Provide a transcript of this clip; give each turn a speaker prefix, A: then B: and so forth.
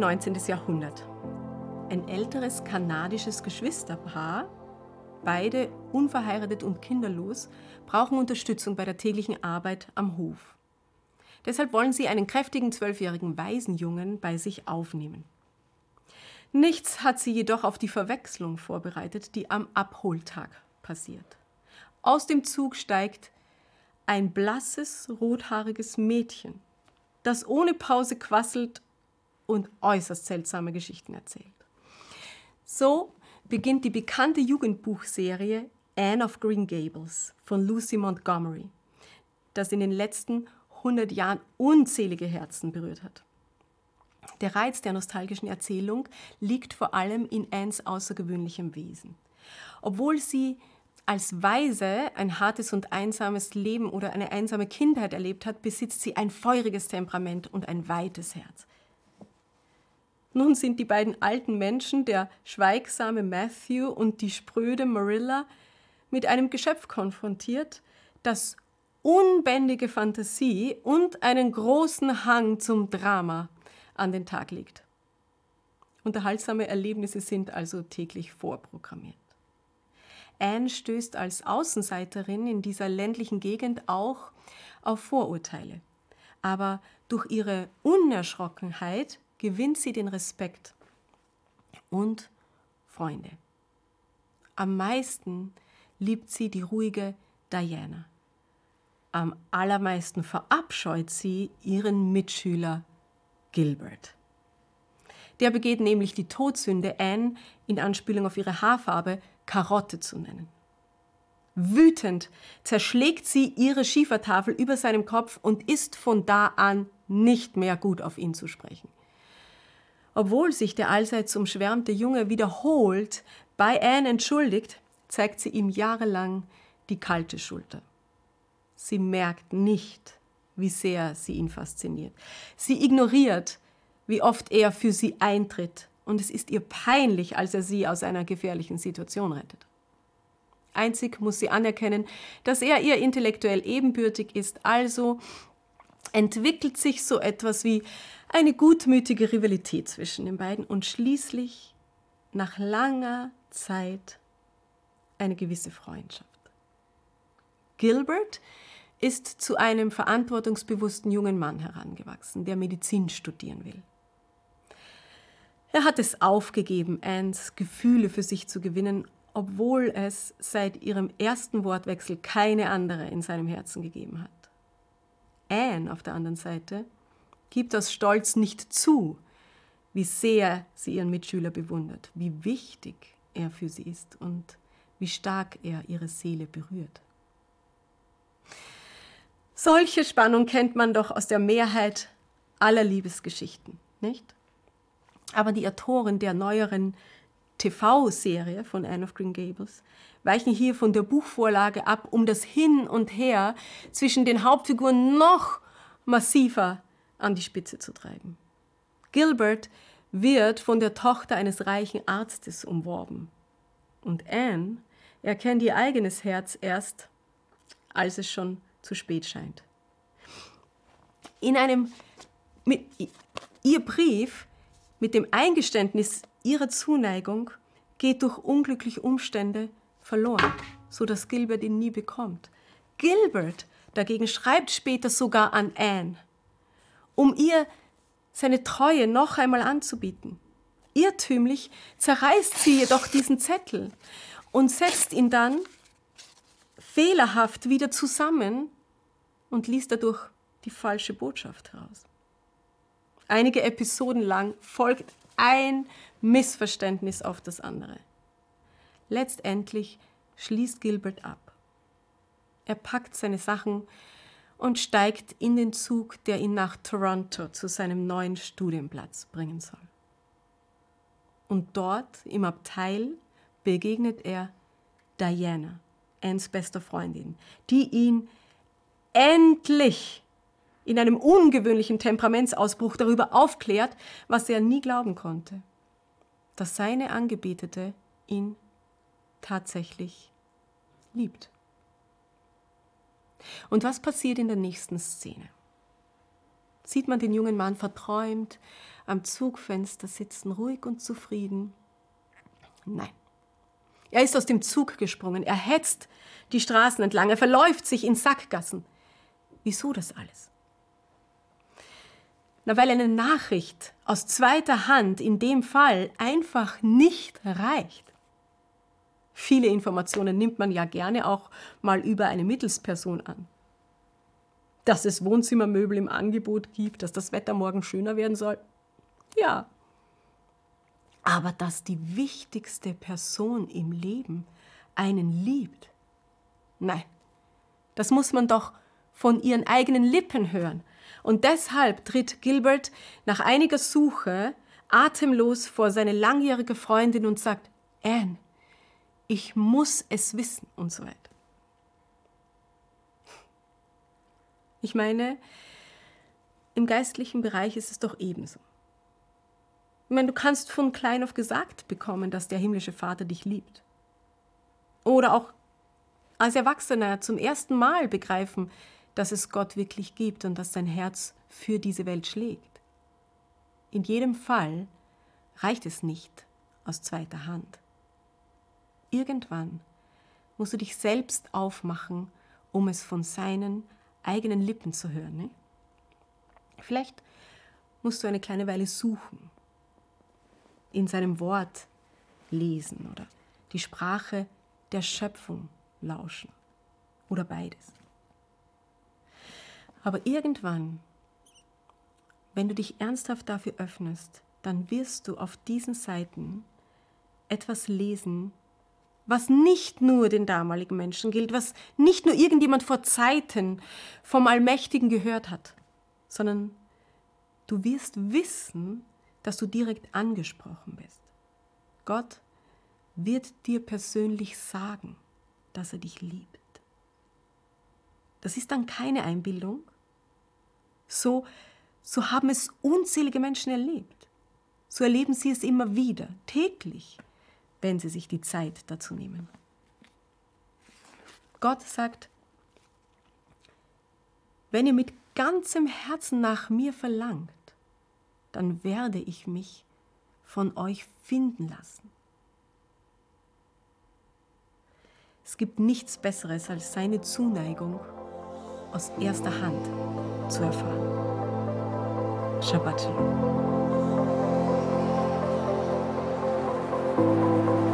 A: 19. Jahrhundert. Ein älteres kanadisches Geschwisterpaar, beide unverheiratet und kinderlos, brauchen Unterstützung bei der täglichen Arbeit am Hof. Deshalb wollen sie einen kräftigen 12-jährigen Waisenjungen bei sich aufnehmen. Nichts hat sie jedoch auf die Verwechslung vorbereitet, die am Abholtag passiert. Aus dem Zug steigt ein blasses, rothaariges Mädchen, das ohne Pause quasselt und äußerst seltsame Geschichten erzählt. So beginnt die bekannte Jugendbuchserie Anne of Green Gables von Lucy Montgomery, das in den letzten 100 Jahren unzählige Herzen berührt hat. Der Reiz der nostalgischen Erzählung liegt vor allem in Annes außergewöhnlichem Wesen. Obwohl sie als Waise ein hartes und einsames Leben oder eine einsame Kindheit erlebt hat, besitzt sie ein feuriges Temperament und ein weites Herz. Nun sind die beiden alten Menschen, der schweigsame Matthew und die spröde Marilla, mit einem Geschöpf konfrontiert, das unbändige Fantasie und einen großen Hang zum Drama an den Tag legt. Unterhaltsame Erlebnisse sind also täglich vorprogrammiert. Anne stößt als Außenseiterin in dieser ländlichen Gegend auch auf Vorurteile. Aber durch ihre Unerschrockenheit gewinnt sie den Respekt und Freunde. Am meisten liebt sie die ruhige Diana. Am allermeisten verabscheut sie ihren Mitschüler Gilbert. Der begeht nämlich die Todsünde, Anne in Anspielung auf ihre Haarfarbe Karotte zu nennen. Wütend zerschlägt sie ihre Schiefertafel über seinem Kopf und ist von da an nicht mehr gut auf ihn zu sprechen. Obwohl sich der allseits umschwärmte Junge wiederholt bei Anne entschuldigt, zeigt sie ihm jahrelang die kalte Schulter. Sie merkt nicht, wie sehr sie ihn fasziniert. Sie ignoriert, wie oft er für sie eintritt, und es ist ihr peinlich, als er sie aus einer gefährlichen Situation rettet. Einzig muss sie anerkennen, dass er ihr intellektuell ebenbürtig ist, also entwickelt sich so etwas wie eine gutmütige Rivalität zwischen den beiden und schließlich, nach langer Zeit, eine gewisse Freundschaft. Gilbert ist zu einem verantwortungsbewussten jungen Mann herangewachsen, der Medizin studieren will. Er hat es aufgegeben, Annes Gefühle für sich zu gewinnen, obwohl es seit ihrem ersten Wortwechsel keine andere in seinem Herzen gegeben hat. Anne auf der anderen Seite gibt aus Stolz nicht zu, wie sehr sie ihren Mitschüler bewundert, wie wichtig er für sie ist und wie stark er ihre Seele berührt. Solche Spannung kennt man doch aus der Mehrheit aller Liebesgeschichten, nicht? Aber die Autoren der neueren TV-Serie von Anne of Green Gables weichen hier von der Buchvorlage ab, um das Hin und Her zwischen den Hauptfiguren noch massiver an die Spitze zu treiben. Gilbert wird von der Tochter eines reichen Arztes umworben. Und Anne erkennt ihr eigenes Herz erst, als es schon zu spät scheint. Ihr Brief mit dem Eingeständnis ihrer Zuneigung geht durch unglückliche Umstände verloren, sodass Gilbert ihn nie bekommt. Gilbert dagegen schreibt später sogar an Anne, um ihr seine Treue noch einmal anzubieten. Irrtümlich zerreißt sie jedoch diesen Zettel und setzt ihn dann fehlerhaft wieder zusammen und liest dadurch die falsche Botschaft heraus. Einige Episoden lang folgt ein Missverständnis auf das andere. Letztendlich schließt Gilbert ab. Er packt seine Sachen und steigt in den Zug, der ihn nach Toronto zu seinem neuen Studienplatz bringen soll. Und dort im Abteil begegnet er Diana, Annes bester Freundin, die ihn endlich in einem ungewöhnlichen Temperamentsausbruch darüber aufklärt, was er nie glauben konnte, dass seine Angebetete ihn tatsächlich liebt. Und was passiert in der nächsten Szene? Sieht man den jungen Mann verträumt am Zugfenster sitzen, ruhig und zufrieden. Nein. Er ist aus dem Zug gesprungen, er hetzt die Straßen entlang, er verläuft sich in Sackgassen. Wieso das alles? Na, weil eine Nachricht aus zweiter Hand in dem Fall einfach nicht reicht. Viele Informationen nimmt man ja gerne auch mal über eine Mittelsperson an. Dass es Wohnzimmermöbel im Angebot gibt, dass das Wetter morgen schöner werden soll. Ja. Aber dass die wichtigste Person im Leben einen liebt, nein, das muss man doch von ihren eigenen Lippen hören. Und deshalb tritt Gilbert nach einiger Suche atemlos vor seine langjährige Freundin und sagt, Anne, ich muss es wissen und so weiter. Ich meine, im geistlichen Bereich ist es doch ebenso. Ich meine, du kannst von klein auf gesagt bekommen, dass der himmlische Vater dich liebt. Oder auch als Erwachsener zum ersten Mal begreifen, dass es Gott wirklich gibt und dass dein Herz für diese Welt schlägt. In jedem Fall reicht es nicht aus zweiter Hand. Irgendwann musst du dich selbst aufmachen, um es von seinen eigenen Lippen zu hören. Ne? Vielleicht musst du eine kleine Weile suchen, in seinem Wort lesen oder die Sprache der Schöpfung lauschen oder beides. Aber irgendwann, wenn du dich ernsthaft dafür öffnest, dann wirst du auf diesen Seiten etwas lesen, was nicht nur den damaligen Menschen gilt, was nicht nur irgendjemand vor Zeiten vom Allmächtigen gehört hat, sondern du wirst wissen, dass du direkt angesprochen bist. Gott wird dir persönlich sagen, dass er dich liebt. Das ist dann keine Einbildung. So haben es unzählige Menschen erlebt. So erleben sie es immer wieder, täglich, wenn sie sich die Zeit dazu nehmen. Gott sagt, wenn ihr mit ganzem Herzen nach mir verlangt, dann werde ich mich von euch finden lassen. Es gibt nichts Besseres, als seine Zuneigung aus erster Hand zu erfahren. Shabbat Shalom.